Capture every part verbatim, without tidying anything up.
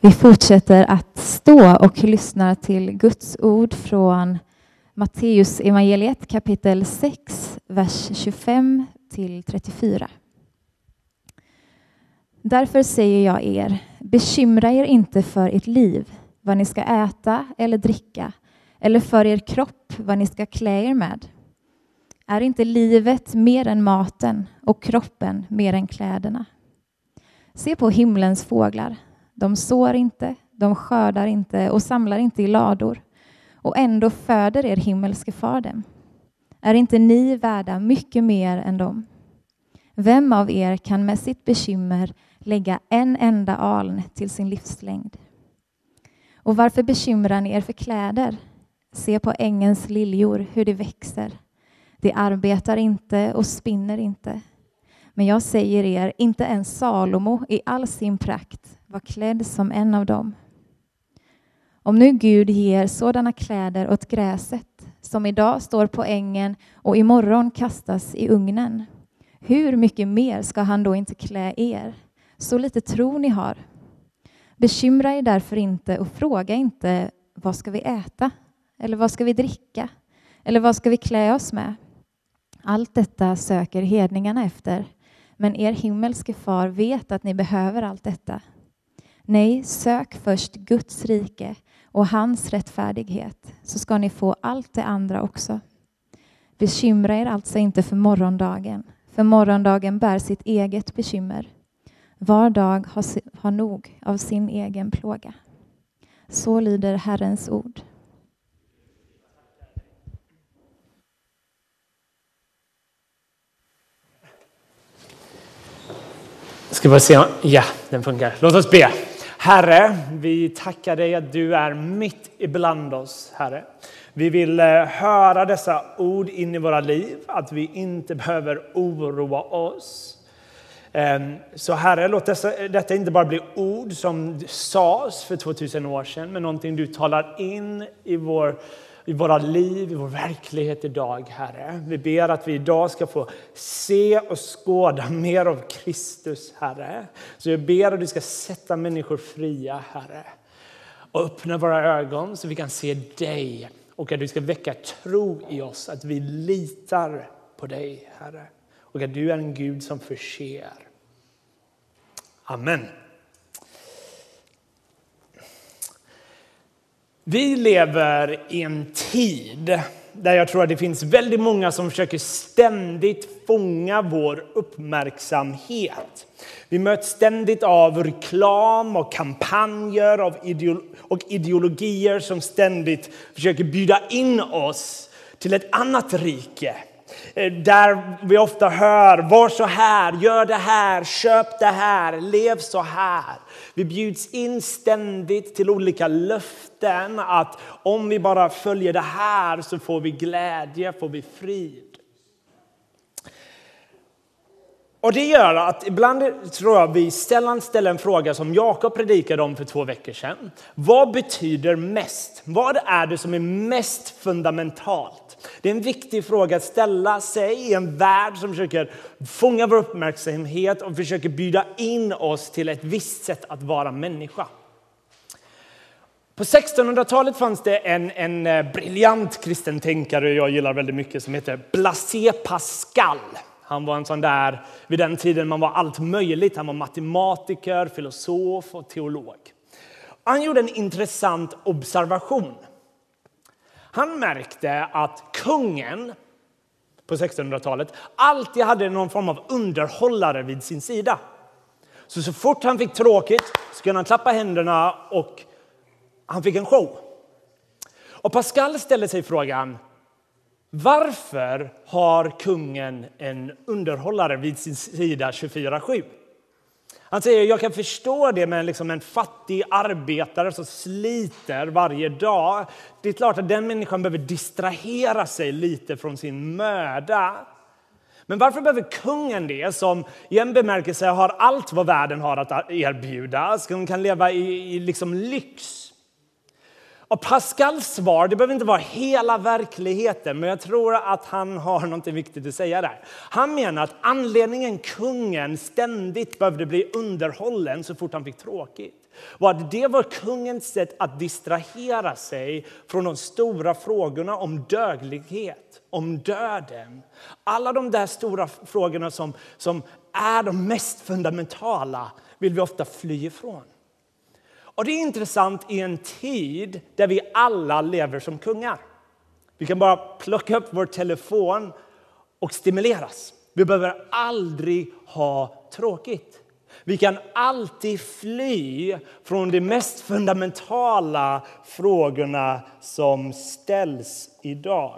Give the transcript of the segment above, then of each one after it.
Vi fortsätter att stå och lyssna till Guds ord från Matteus evangeliet kapitel sex, vers tjugofem till trettiofyra. Därför säger jag er, bekymra er inte för ert liv, vad ni ska äta eller dricka, eller för er kropp, vad ni ska klä er med. Är inte livet mer än maten och kroppen mer än kläderna? Se på himlens fåglar. De sår inte, de skördar inte och samlar inte i lador. Och ändå föder er himmelske far dem. Är inte ni värda mycket mer än dem? Vem av er kan med sitt bekymmer lägga en enda aln till sin livslängd? Och varför bekymrar ni er för kläder? Se på ängens liljor, hur de växer. De arbetar inte och spinner inte. Men jag säger er, inte ens Salomo i all sin prakt var klädd som en av dem. Om nu Gud ger sådana kläder åt gräset som idag står på ängen och imorgon kastas i ugnen, hur mycket mer ska han då inte klä er? Så lite tro ni har. Bekymra er därför inte och fråga inte, vad ska vi äta? Eller vad ska vi dricka? Eller vad ska vi klä oss med? Allt detta söker hedningarna efter, men er himmelske far vet att ni behöver allt detta. Nej, sök först Guds rike och hans rättfärdighet, så ska ni få allt det andra också. Bekymra er alltså inte för morgondagen, för morgondagen bär sitt eget bekymmer. Var dag har, har nog av sin egen plåga. Så lyder Herrens ord. Ska bara se, ja, den funkar. Låt oss be. Herre, vi tackar dig att du är mitt ibland oss, Herre. Vi vill höra dessa ord in i våra liv, att vi inte behöver oroa oss. Så Herre, låt dessa, detta inte bara bli ord som sades för tvåtusen år sedan, men någonting du talar in i vår i våra liv, i vår verklighet idag, Herre. Vi ber att vi idag ska få se och skåda mer av Kristus, Herre. Så jag ber att du ska sätta människor fria, Herre. Och öppna våra ögon så vi kan se dig. Och att du ska väcka tro i oss, att vi litar på dig, Herre. Och att du är en Gud som förser. Amen. Vi lever i en tid där jag tror att det finns väldigt många som försöker ständigt fånga vår uppmärksamhet. Vi möts ständigt av reklam och kampanjer av ideolo- och ideologier som ständigt försöker bjuda in oss till ett annat rike. Där vi ofta hör, var så här, gör det här, köp det här, lev så här. Vi bjuds in ständigt till olika löften att om vi bara följer det här så får vi glädje, får vi frid. Och det gör att ibland tror jag vi sällan ställer en fråga som Jakob predikade om för två veckor sedan. Vad betyder mest? Vad är det som är mest fundamentalt? Det är en viktig fråga att ställa sig i en värld som försöker fånga vår uppmärksamhet och försöker bjuda in oss till ett visst sätt att vara människa. På sextonhundratalet fanns det en, en briljant kristen tänkare jag gillar väldigt mycket som heter Blaise Pascal. Han var en sån där, vid den tiden man var allt möjligt. Han var matematiker, filosof och teolog. Han gjorde en intressant observation. Han märkte att kungen på sextonhundratalet alltid hade någon form av underhållare vid sin sida. Så så fort han fick tråkigt så kunde han klappa händerna och han fick en show. Och Pascal ställde sig frågan, varför har kungen en underhållare vid sin sida tjugofyra sju? Han säger, jag kan förstå det med liksom en fattig arbetare som sliter varje dag. Det är klart att den människan behöver distrahera sig lite från sin möda. Men varför behöver kungen det som i en bemärkelse har allt vad världen har att erbjuda? Som kan leva i, i liksom lyx. Och Pascals svar, det behöver inte vara hela verkligheten, men jag tror att han har något viktigt att säga där. Han menar att anledningen kungen ständigt behövde bli underhållen så fort han fick tråkigt, var att det var kungens sätt att distrahera sig från de stora frågorna om dödlighet, om döden. Alla de där stora frågorna som, som är de mest fundamentala vill vi ofta fly ifrån. Och det är intressant i en tid där vi alla lever som kungar. Vi kan bara plocka upp vår telefon och stimuleras. Vi behöver aldrig ha tråkigt. Vi kan alltid fly från de mest fundamentala frågorna som ställs idag.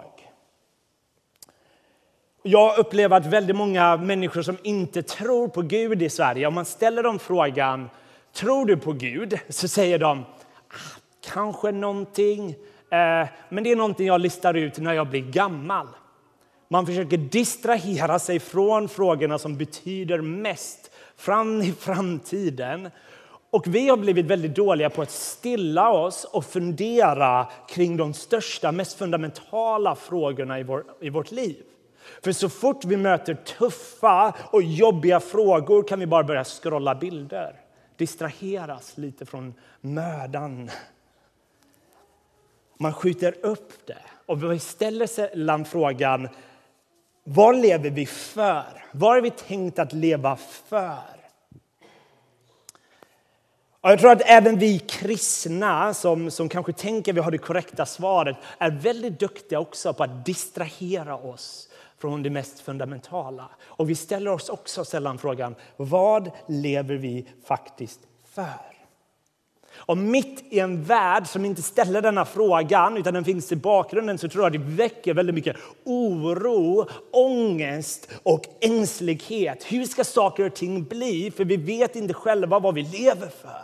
Jag upplever att väldigt många människor som inte tror på Gud i Sverige, om man ställer dem frågan, tror du på Gud? Så säger de, ah, kanske någonting, eh, men det är någonting jag listar ut när jag blir gammal. Man försöker distrahera sig från frågorna som betyder mest fram i framtiden. Och vi har blivit väldigt dåliga på att stilla oss och fundera kring de största, mest fundamentala frågorna i, vår, i vårt liv. För så fort vi möter tuffa och jobbiga frågor kan vi bara börja scrolla bilder. Distraheras lite från mödan. Man skjuter upp det. Och vi ställer sällan frågan, vad lever vi för? Vad är vi tänkt att leva för? Och jag tror att även vi kristna som, som kanske tänker vi har det korrekta svaret är väldigt duktiga också på att distrahera oss från det mest fundamentala. Och vi ställer oss också sällan frågan, vad lever vi faktiskt för? Och mitt i en värld som inte ställer denna frågan utan den finns i bakgrunden, så tror jag det väcker väldigt mycket oro, ångest och ängslighet. Hur ska saker och ting bli? För vi vet inte själva vad vi lever för.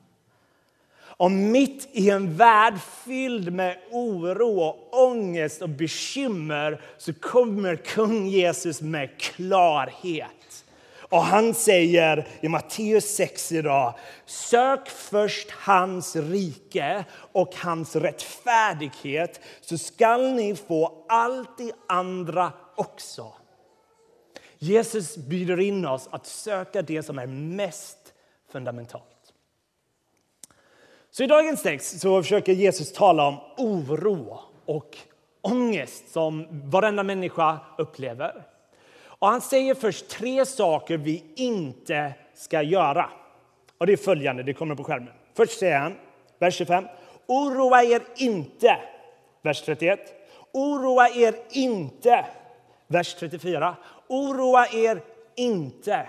Och mitt i en värld fylld med oro och ångest och bekymmer så kommer kung Jesus med klarhet. Och han säger i Matteus sex idag, sök först hans rike och hans rättfärdighet, så skall ni få allt det andra också. Jesus bjuder in oss att söka det som är mest fundamentalt. Så i dagens text så försöker Jesus tala om oro och ångest som varenda människa upplever. Och han säger först tre saker vi inte ska göra. Och det är följande, det kommer på skärmen. Först säger han, vers tjugofem. Oroa er inte, vers trettioett. Oroa er inte, vers trettiofyra. Oroa er inte.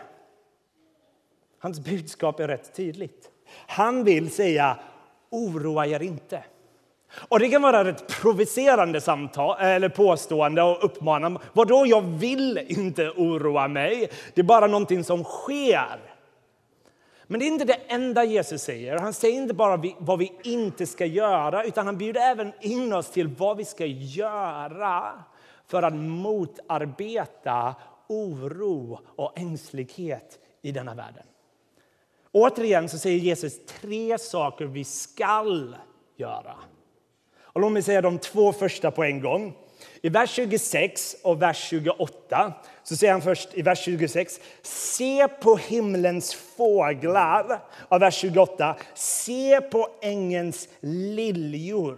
Hans budskap är rätt tydligt. Han vill säga, oroa er inte. Och det kan vara ett provocerande samtal eller påstående och uppmaning. Vadå, jag vill inte oroa mig. Det är bara någonting som sker. Men det är inte det enda Jesus säger. Han säger inte bara vad vi inte ska göra, utan han bjuder även in oss till vad vi ska göra för att motarbeta oro och ängslighet i denna världen. Återigen så säger Jesus tre saker vi skall göra. Och låt mig säga de två första på en gång. I vers tjugosex och vers tjugoåtta så säger han först i vers tjugosex, se på himlens fåglar. Och vers tjugoåtta, se på ängens liljor.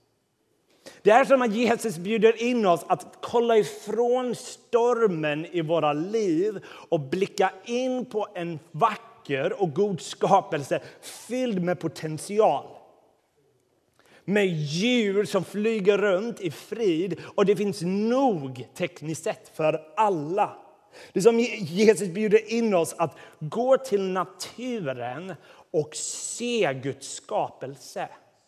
Det är som att Jesus bjuder in oss att kolla ifrån stormen i våra liv och blicka in på en vacker och god skapelse fylld med potential. Med djur som flyger runt i frid, och det finns nog tekniskt sett för alla. Det är som Jesus bjuder in oss att gå till naturen och se Guds skapelse.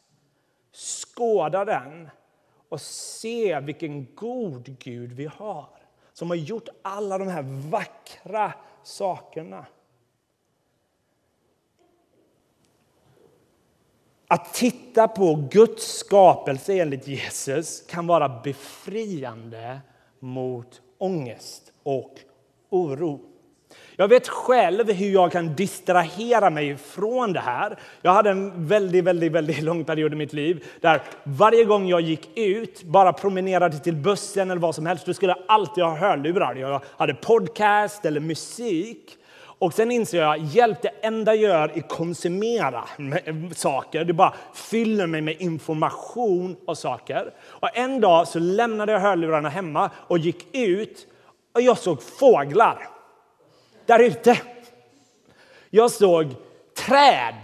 Skåda den och se vilken god Gud vi har. Som har gjort alla de här vackra sakerna. Att titta på Guds skapelse enligt Jesus kan vara befriande mot ångest och oro. Jag vet själv hur jag kan distrahera mig från det här. Jag hade en väldigt, väldigt, väldigt lång period i mitt liv där varje gång jag gick ut, bara promenerade till bussen eller vad som helst, då skulle jag alltid ha hörlurar. Jag hade podcast eller musik. Och sen inser jag, hjälp, det enda jag gör är konsumera saker. Det bara fyller mig med information och saker. Och en dag så lämnade jag hörlurarna hemma och gick ut. Och jag såg fåglar där ute. Jag såg träd.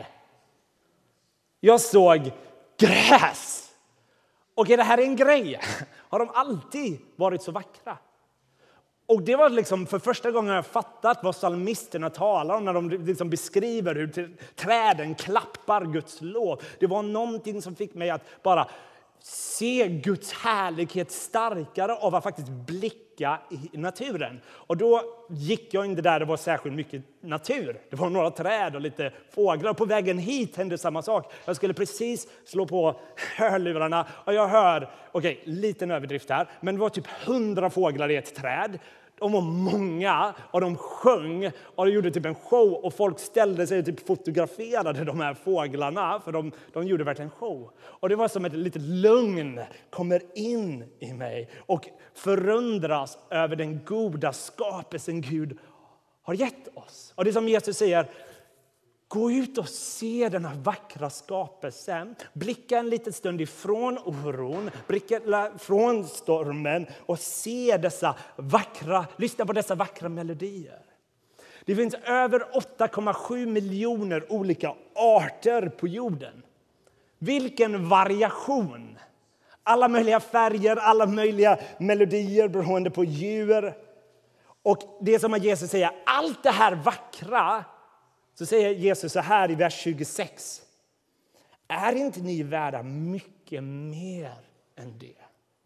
Jag såg gräs. Och det här är en grej. Har de alltid varit så vackra? Och det var liksom för första gången jag fattat vad psalmisterna talar om när de liksom beskriver hur träden klappar Guds lov. Det var någonting som fick mig att bara se Guds härlighet starkare av att faktiskt blicka i naturen. Och då gick jag inte där det var särskilt mycket natur. Det var några träd och lite fåglar. På vägen hit hände samma sak. Jag skulle precis slå på hörlurarna och jag hör, okej, okay, liten överdrift här, men det var typ hundra fåglar i ett träd. De var många och de sjöng och de gjorde typ en show och folk ställde sig och typ fotograferade de här fåglarna för de, de gjorde verkligen show. Och det var som ett litet lugn kommer in i mig och förundras över den goda skapelsen Gud har gett oss. Och det som Jesus säger, gå ut och se den här vackra skapelsen. Blicka en liten stund ifrån oron, blicka från stormen och se dessa vackra, lyssna på dessa vackra melodier. Det finns över åtta komma sju miljoner olika arter på jorden. Vilken variation! Alla möjliga färger, alla möjliga melodier beroende på djur. Och det som Jesus säger, allt det här vackra, så säger Jesus så här i vers tjugosex. Är inte ni värda mycket mer än det?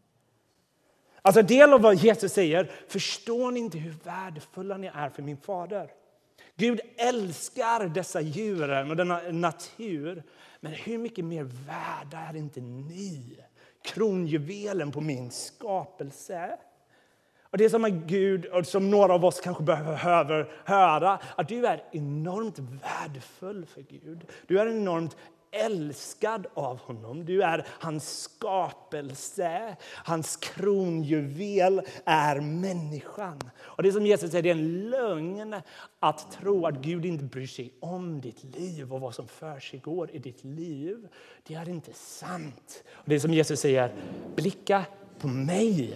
Alltså del av vad Jesus säger, förstår ni inte hur värdefulla ni är för min fader? Gud älskar dessa djuren och denna natur. Men hur mycket mer värda är inte ni? Kronjuvelen på min skapelse. Och det som är Gud och som några av oss kanske behöver höra, att du är enormt värdefull för Gud. Du är enormt älskad av honom. Du är hans skapelse. Hans kronjuvel är människan. Och det som Jesus säger, det är en lögn att tro att Gud inte bryr sig om ditt liv och vad som för sig går i ditt liv. Det är inte sant. Och det som Jesus säger, blicka på mig.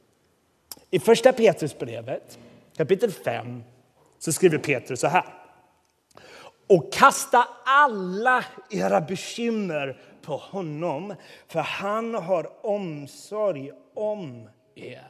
I första Petrusbrevet, kapitel fem, så skriver Petrus så här. Och kasta alla era bekymmer på honom, för han har omsorg om er.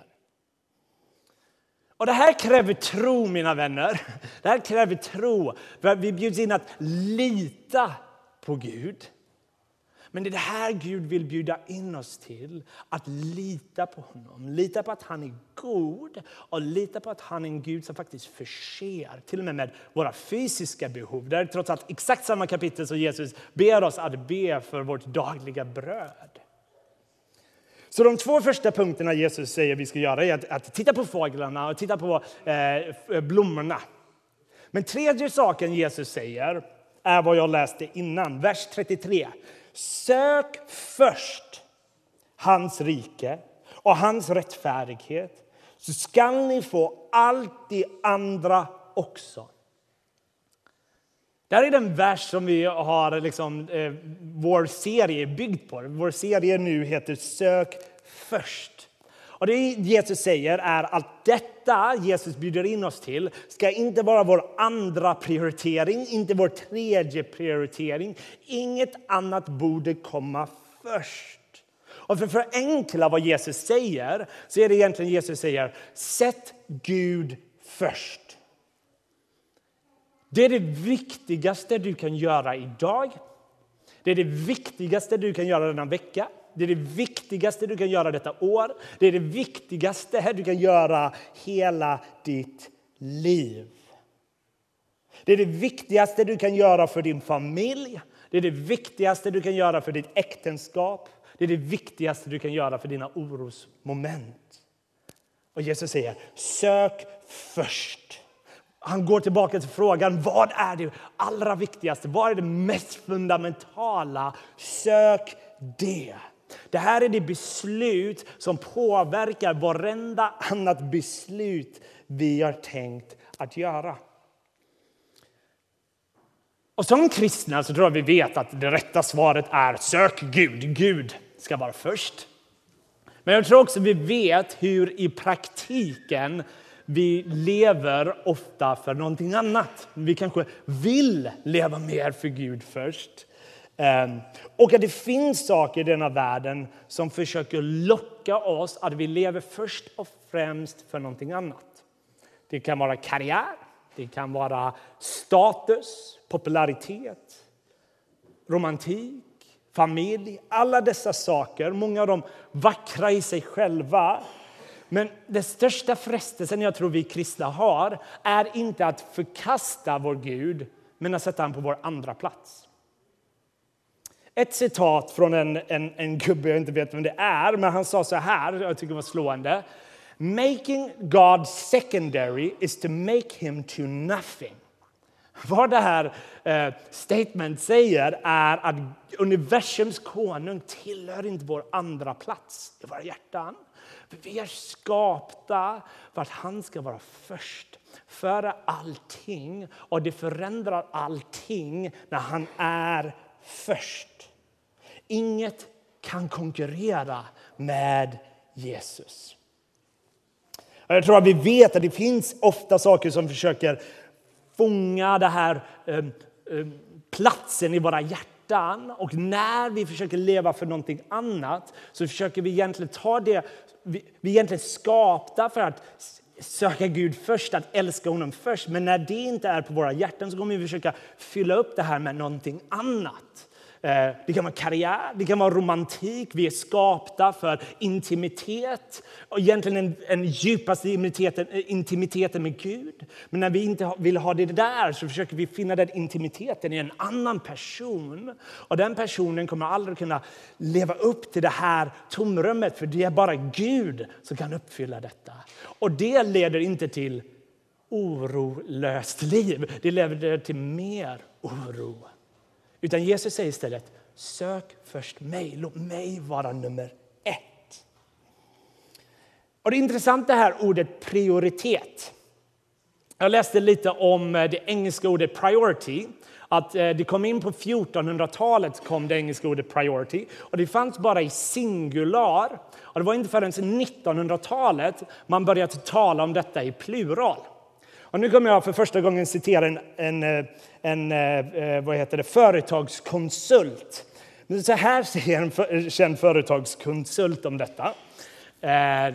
Och det här kräver tro, mina vänner. Det här kräver tro. För vi bjuds in att lita på Gud. Men det är det här Gud vill bjuda in oss till. Att lita på honom. Lita på att han är god. Och lita på att han är en Gud som faktiskt förser. Till och med med våra fysiska behov. Det är trots allt exakt samma kapitel som Jesus ber oss att be för vårt dagliga bröd. Så de två första punkterna Jesus säger vi ska göra är att, att titta på fåglarna och titta på eh, blommorna. Men tredje saken Jesus säger är vad jag läste innan. Vers trettiotre. Sök först hans rike och hans rättfärdighet, så skall ni få allt det andra också. Det här är den vers som vi har liksom, eh, vår serie byggd på. Vår serie nu heter Sök först. Och det Jesus säger är att detta Jesus bjuder in oss till ska inte vara vår andra prioritering, inte vår tredje prioritering. Inget annat borde komma först. Och för att förenkla vad Jesus säger så är det egentligen Jesus säger, sätt Gud först. Det är det viktigaste du kan göra idag. Det är det viktigaste du kan göra denna vecka. Det är det viktigaste du kan göra detta år. Det är det viktigaste du kan göra hela ditt liv. Det är det viktigaste du kan göra för din familj. Det är det viktigaste du kan göra för ditt äktenskap. Det är det viktigaste du kan göra för dina orosmoment. Och Jesus säger, sök först. Han går tillbaka till frågan, vad är det allra viktigaste? Vad är det mest fundamentala? Sök det. Det här är det beslut som påverkar varenda annat beslut vi har tänkt att göra. Och som kristna så tror jag vi vet att det rätta svaret är sök Gud. Gud ska vara först. Men jag tror också vi vet hur i praktiken vi lever ofta för någonting annat. Vi kanske vill leva mer för Gud först. Och att det finns saker i denna världen som försöker locka oss att vi lever först och främst för någonting annat. Det kan vara karriär, det kan vara status, popularitet, romantik, familj. Alla dessa saker, många av dem vackra i sig själva. Men den största frestelsen jag tror vi kristna har är inte att förkasta vår Gud, men att sätta han på vår andra plats. Ett citat från en, en, en gubbe, jag inte vet vem det är, men han sa så här, jag tycker det var slående. Making God secondary is to make him to nothing. Vad det här eh, statement säger är att universums konung tillhör inte vår andra plats i våra hjärtan. Vi är skapta för att han ska vara först, före allting. Och det förändrar allting när han är först. Inget kan konkurrera med Jesus. Jag tror att vi vet att det finns ofta saker som försöker fånga det här eh, eh, platsen i våra hjärtan. Och när vi försöker leva för någonting annat så försöker vi egentligen ta det. Vi, vi är egentligen skapta för att söka Gud först, att älska honom först. Men när det inte är på våra hjärtan så kommer vi försöka fylla upp det här med någonting annat. Det kan vara karriär, det kan vara romantik. Vi är skapta för intimitet. Och egentligen en, en djupaste intimiteten, intimiteten med Gud. Men när vi inte vill ha det där så försöker vi finna den intimiteten i en annan person. Och den personen kommer aldrig kunna leva upp till det här tomrummet. För det är bara Gud som kan uppfylla detta. Och det leder inte till orolöst liv. Det leder till mer oro. Utan Jesus säger istället, sök först mig. Låt mig vara nummer ett. Och det är intressant det här ordet prioritet. Jag läste lite om det engelska ordet priority. Att det kom in på fjortonhundratalet kom det engelska ordet priority. Och det fanns bara i singular. Och det var inte förrän nittonhundratalet man började tala om detta i plural. Och nu kommer jag för första gången citera en, en, en, en vad heter det, företagskonsult. Men så här säger en för, känd företagskonsult om detta. Uh,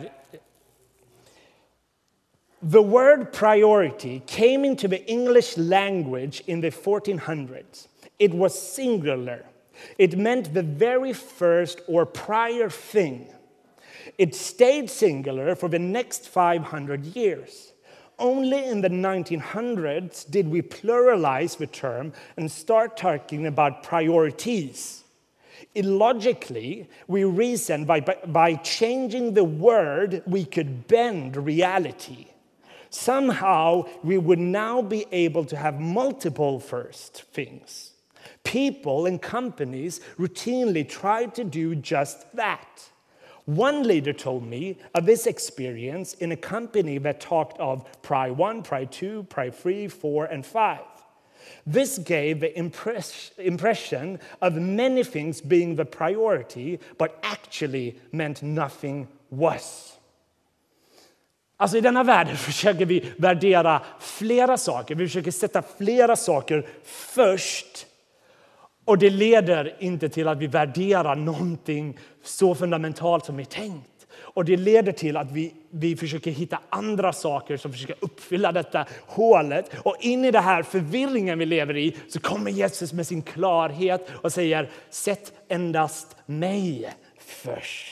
The word priority came into the English language in the fourteen hundreds. It was singular. It meant the very first or prior thing. It stayed singular for the next five hundred years. Only in the nineteen hundreds did we pluralize the term and start talking about priorities. Illogically, we reasoned by, by, by changing the word, we could bend reality. Somehow, we would now be able to have multiple first things. People and companies routinely try to do just that. One leader told me of this experience in a company that talked of Pri one, Pri two, Pri three, four, and five. This gave the impress- impression of many things being the priority, but actually meant nothing was. Alltså i denna världen försöker vi värdera flera saker. Vi försöker sätta flera saker först. Och det leder inte till att vi värderar någonting så fundamentalt som är tänkt. Och det leder till att vi, vi försöker hitta andra saker som försöker uppfylla detta hålet. Och in i det här förvirringen vi lever i så kommer Jesus med sin klarhet och säger, sätt endast mig först.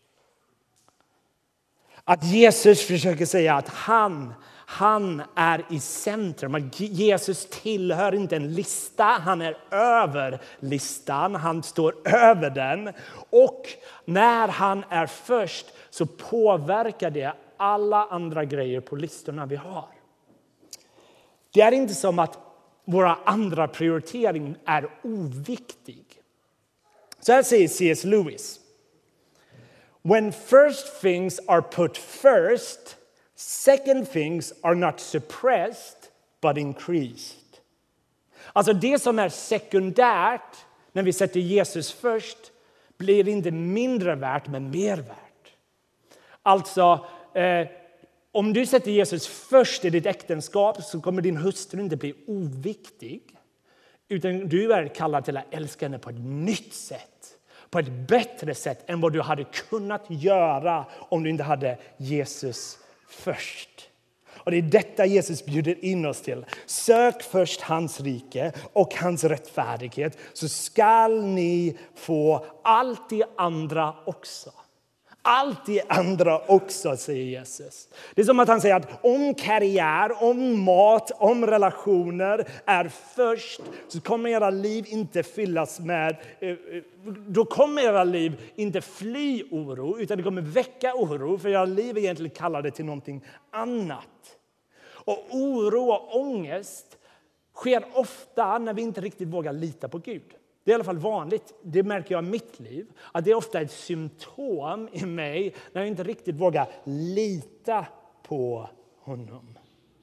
Att Jesus försöker säga att han, han är i centrum. Att Jesus tillhör inte en lista, han är över listan. Han står över den. Och när han är först så påverkar det alla andra grejer på listorna vi har. Det är inte som att våra andra prioritering är oviktig. Så här säger C S Lewis. When first things are put first, second things are not suppressed but increased. Alltså det som är sekundärt när vi sätter Jesus först blir inte mindre värt men mer värt. Alltså eh, om du sätter Jesus först i ditt äktenskap så kommer din hustru inte bli oviktig. Utan du är kallad till att älska henne på ett nytt sätt. På ett bättre sätt än vad du hade kunnat göra om du inte hade Jesus först. Och det är detta Jesus bjuder in oss till. Sök först hans rike och hans rättfärdighet så skall ni få allt det andra också. Allt det andra också, säger Jesus. Det är som att han säger att om karriär, om mat, om relationer är först så kommer era liv inte fyllas med, då kommer era liv inte fly oro utan det kommer väcka oro för era liv är egentligen kallade till någonting annat. Och oro och ångest sker ofta när vi inte riktigt vågar lita på Gud. Det är i alla fall vanligt, det märker jag i mitt liv, att det är ofta ett symptom i mig när jag inte riktigt vågar lita på honom.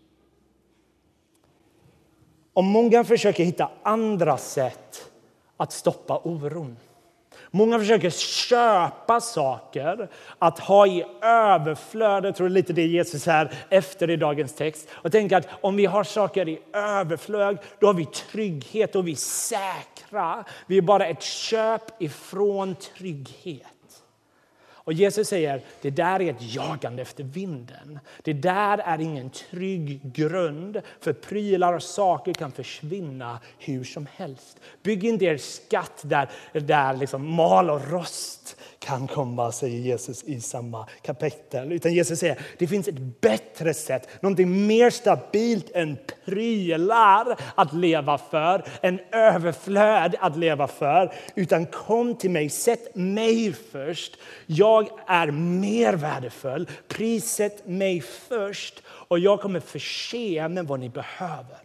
Och många försöker hitta andra sätt att stoppa oron. Många försöker köpa saker, att ha i överflöd. Jag tror lite det Jesus här efter i dagens text. Och tänker att om vi har saker i överflöd, då har vi trygghet och vi är säkra. Vi är bara ett köp ifrån trygghet. Och Jesus säger, det där är ett jagande efter vinden. Det där är ingen trygg grund. För prylar och saker kan försvinna hur som helst. Bygg inte er skatt där, där liksom mal och rost kan komma, säger Jesus i samma kapitel. Utan Jesus säger, det finns ett bättre sätt. Någonting mer stabilt än prylar att leva för. En överflöd att leva för. Utan kom till mig, sätt mig först. Jag är mer värdefull. Prissätt mig först. Och jag kommer förse med vad ni behöver.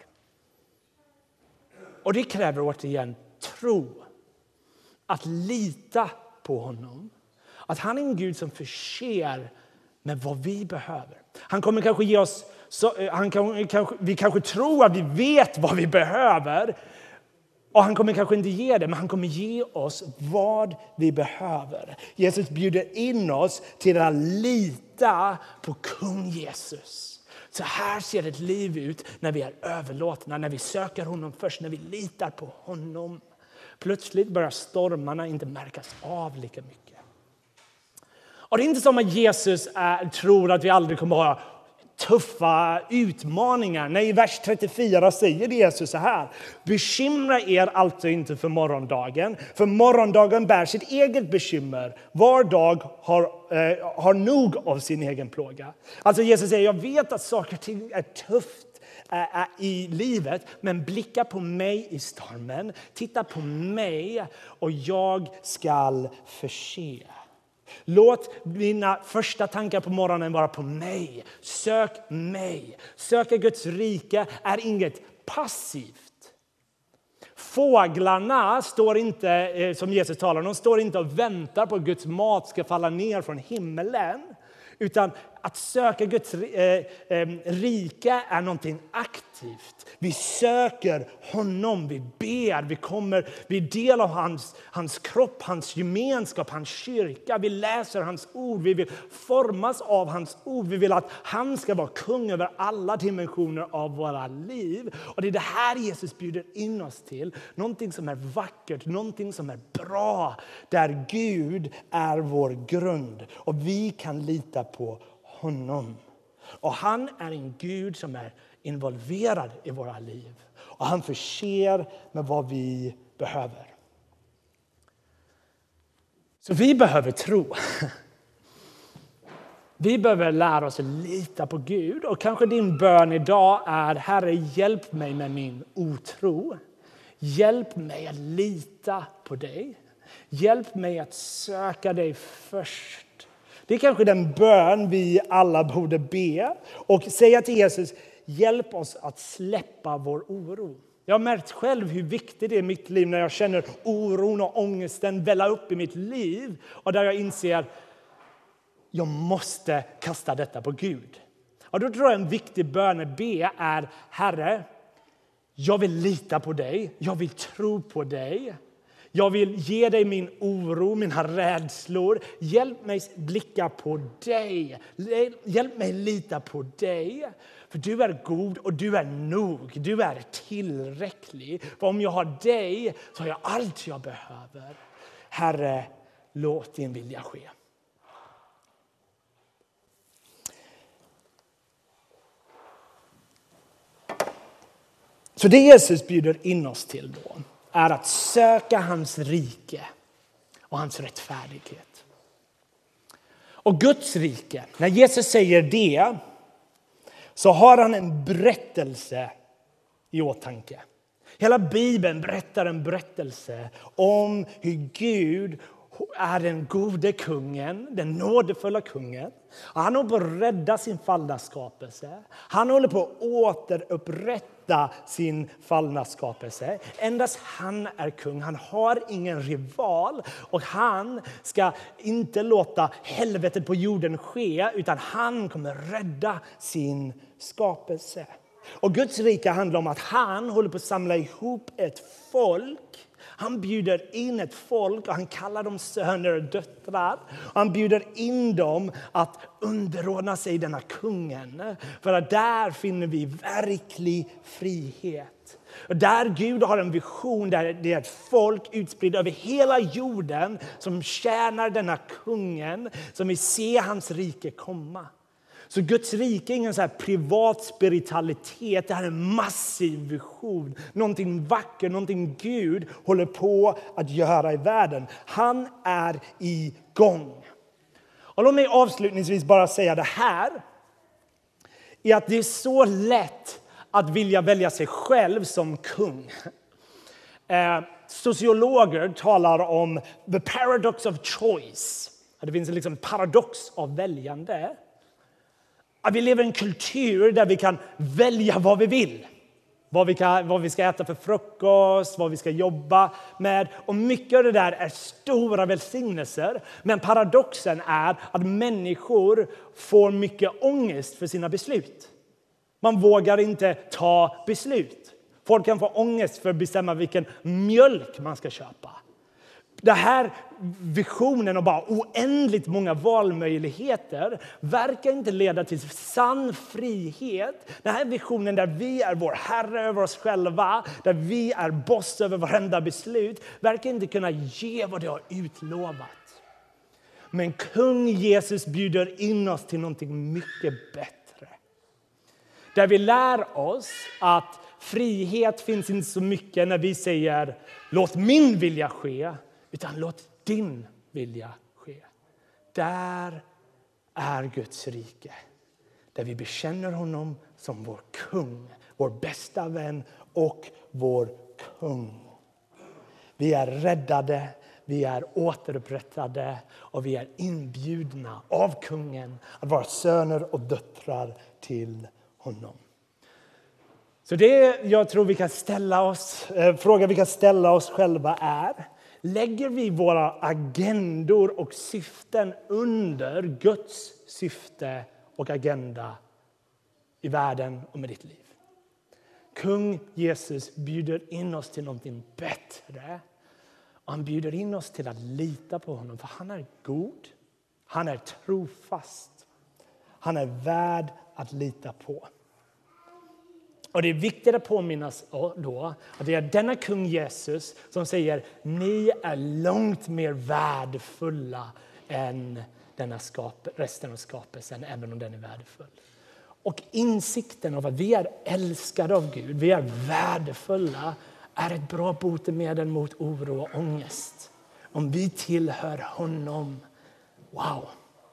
Och det kräver återigen tro. Att lita på honom. Att han är en Gud som förser med vad vi behöver. Han kommer kanske ge oss, så, han kan, kanske, vi kanske tror att vi vet vad vi behöver. Och han kommer kanske inte ge det, men han kommer ge oss vad vi behöver. Jesus bjuder in oss till att lita på kung Jesus. Så här ser ett liv ut när vi är överlåtna, när vi söker honom först, när vi litar på honom. Plötsligt börjar stormarna inte märkas av lika mycket. Och det är inte som att Jesus är, tror att vi aldrig kommer att ha tuffa utmaningar. Nej, i vers trettiofyra säger Jesus så här. Bekymra er alltså inte för morgondagen. För morgondagen bär sitt eget bekymmer. Var dag har, eh, har nog av sin egen plåga. Alltså Jesus säger, jag vet att saker och ting är tufft i livet, men blicka på mig i stormen, titta på mig och jag ska förse. Låt mina första tankar på morgonen vara på mig. Sök mig. Söka Guds rike är inget passivt. Fåglarna står inte, som Jesus talar om, de står inte och väntar på att Guds mat ska falla ner från himmelen. Utan att söka Guds eh, eh, rike är någonting aktivt. Vi söker honom, vi ber, vi kommer, vi är del av hans, hans kropp, hans gemenskap, hans kyrka. Vi läser hans ord, vi vill formas av hans ord. Vi vill att han ska vara kung över alla dimensioner av våra liv. Och det är det här Jesus bjuder in oss till. Någonting som är vackert, någonting som är bra. Där Gud är vår grund och vi kan lita på honom. Och han är en Gud som är involverad i våra liv. Och han förser med vad vi behöver. Så vi behöver tro. Vi behöver lära oss att lita på Gud. Och kanske din bön idag är, Herre, hjälp mig med min otro. Hjälp mig att lita på dig. Hjälp mig att söka dig först. Det är kanske den bön vi alla borde be. Och säga till Jesus, hjälp oss att släppa vår oro. Jag har märkt själv hur viktigt det är i mitt liv när jag känner oron och ångesten välla upp i mitt liv. Och där jag inser att jag måste kasta detta på Gud. Och då tror jag en viktig bön att be är, Herre, Jag vill lita på dig. Jag vill tro på dig. Jag vill ge dig min oro, mina rädslor. Hjälp mig blicka på dig. Hjälp mig lita på dig. För du är god och du är nog. Du är tillräcklig. För om jag har dig så har jag allt jag behöver. Herre, låt din vilja ske. Så det Jesus bjuder in oss till då är att söka hans rike och hans rättfärdighet. Och Guds rike, när Jesus säger det så har han en berättelse i åtanke. Hela Bibeln berättar en berättelse om hur Gud är den gode kungen, den nådefulla kungen. Han håller på att rädda sin fallna skapelse. Han håller på att återupprätta sin fallna skapelse. Endast han är kung. Han har ingen rival. Och han ska inte låta helvetet på jorden ske, utan han kommer rädda sin skapelse. Och Guds rike handlar om att han håller på att samla ihop ett folk. Han bjuder in ett folk och han kallar dem söner och döttrar. Han bjuder in dem att underordna sig denna kungen. För att där finner vi verklig frihet. Och där Gud har en vision där det är ett folk utspritt över hela jorden som tjänar denna kungen, som vill se hans rike komma. Så Guds rike är ingen så här privat spiritualitet. Det här är en massiv vision. Någonting vackert, någonting Gud håller på att göra i världen. Han är igång. Och låt mig avslutningsvis bara säga det här. Är att det är så lätt att vilja välja sig själv som kung. Eh, sociologer talar om the paradox of choice. Det finns en liksom paradox av väljande. Att vi lever i en kultur där vi kan välja vad vi vill. Vad vi, kan, vad vi ska äta för frukost, vad vi ska jobba med. Och mycket av det där är stora välsignelser. Men paradoxen är att människor får mycket ångest för sina beslut. Man vågar inte ta beslut. Folk kan få ångest för att bestämma vilken mjölk man ska köpa. Det här visionen och bara oändligt många valmöjligheter verkar inte leda till sann frihet. Den här visionen där vi är vår herre över oss själva, där vi är boss över varenda beslut, verkar inte kunna ge vad det har utlovat. Men kung Jesus bjuder in oss till någonting mycket bättre. Där vi lär oss att frihet finns inte så mycket när vi säger låt min vilja ske, utan låt din vilja ske. Där är Guds rike. Där vi bekänner honom som vår kung, vår bästa vän och vår kung. Vi är räddade, vi är återupprättade och vi är inbjudna av kungen att vara söner och döttrar till honom. Så det jag tror vi kan ställa oss, eh, fråga vi kan ställa oss själva är: lägger vi våra agendor och syften under Guds syfte och agenda i världen och med ditt liv? Kung Jesus bjuder in oss till någonting bättre. Och han bjuder in oss till att lita på honom, för han är god. Han är trofast. Han är värd att lita på. Och det är viktigt att påminnas då att det är denna kung Jesus som säger: ni är långt mer värdefulla än denna skap, resten av skapelsen, även om den är värdefull. Och insikten av att vi är älskade av Gud, vi är värdefulla, är ett bra botemedel mot oro och ångest. Om vi tillhör honom. Wow!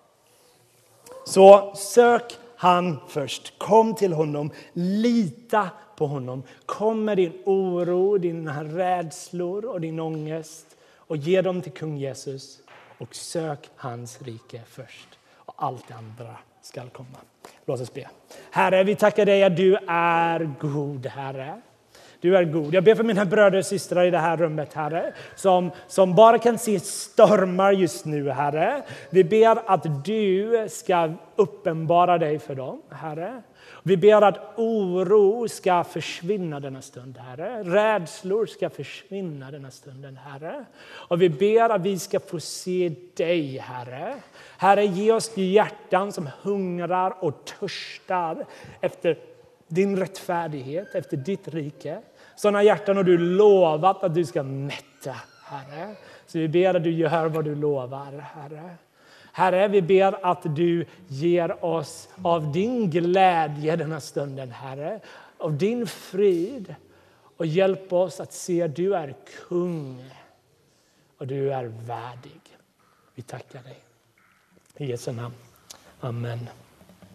Så sök han först. Kom till honom. Lita på honom. Kom med din oro, dina rädslor och din ångest. Och ge dem till kung Jesus. Och sök hans rike först. Och allt det andra ska komma. Låt oss be. Herre, vi tackar dig att du är god, Herre. Du är god. Jag ber för mina bröder och systrar i det här rummet, Herre, som, som bara kan se stormar just nu, Herre. Vi ber att du ska uppenbara dig för dem, Herre. Vi ber att oro ska försvinna denna stund, Herre. Rädslor ska försvinna denna stunden, Herre. Och vi ber att vi ska få se dig, Herre. Herre, ge oss hjärtan som hungrar och törstar efter din rättfärdighet, efter ditt rike. Sådana hjärtan har du lovat att du ska mätta, Herre. Så vi ber att du gör vad du lovar, Herre. Herre, vi ber att du ger oss av din glädje denna stunden, Herre. Av din frid. Och hjälp oss att se att du är kung. Och du är värdig. Vi tackar dig. I Jesu namn. Amen.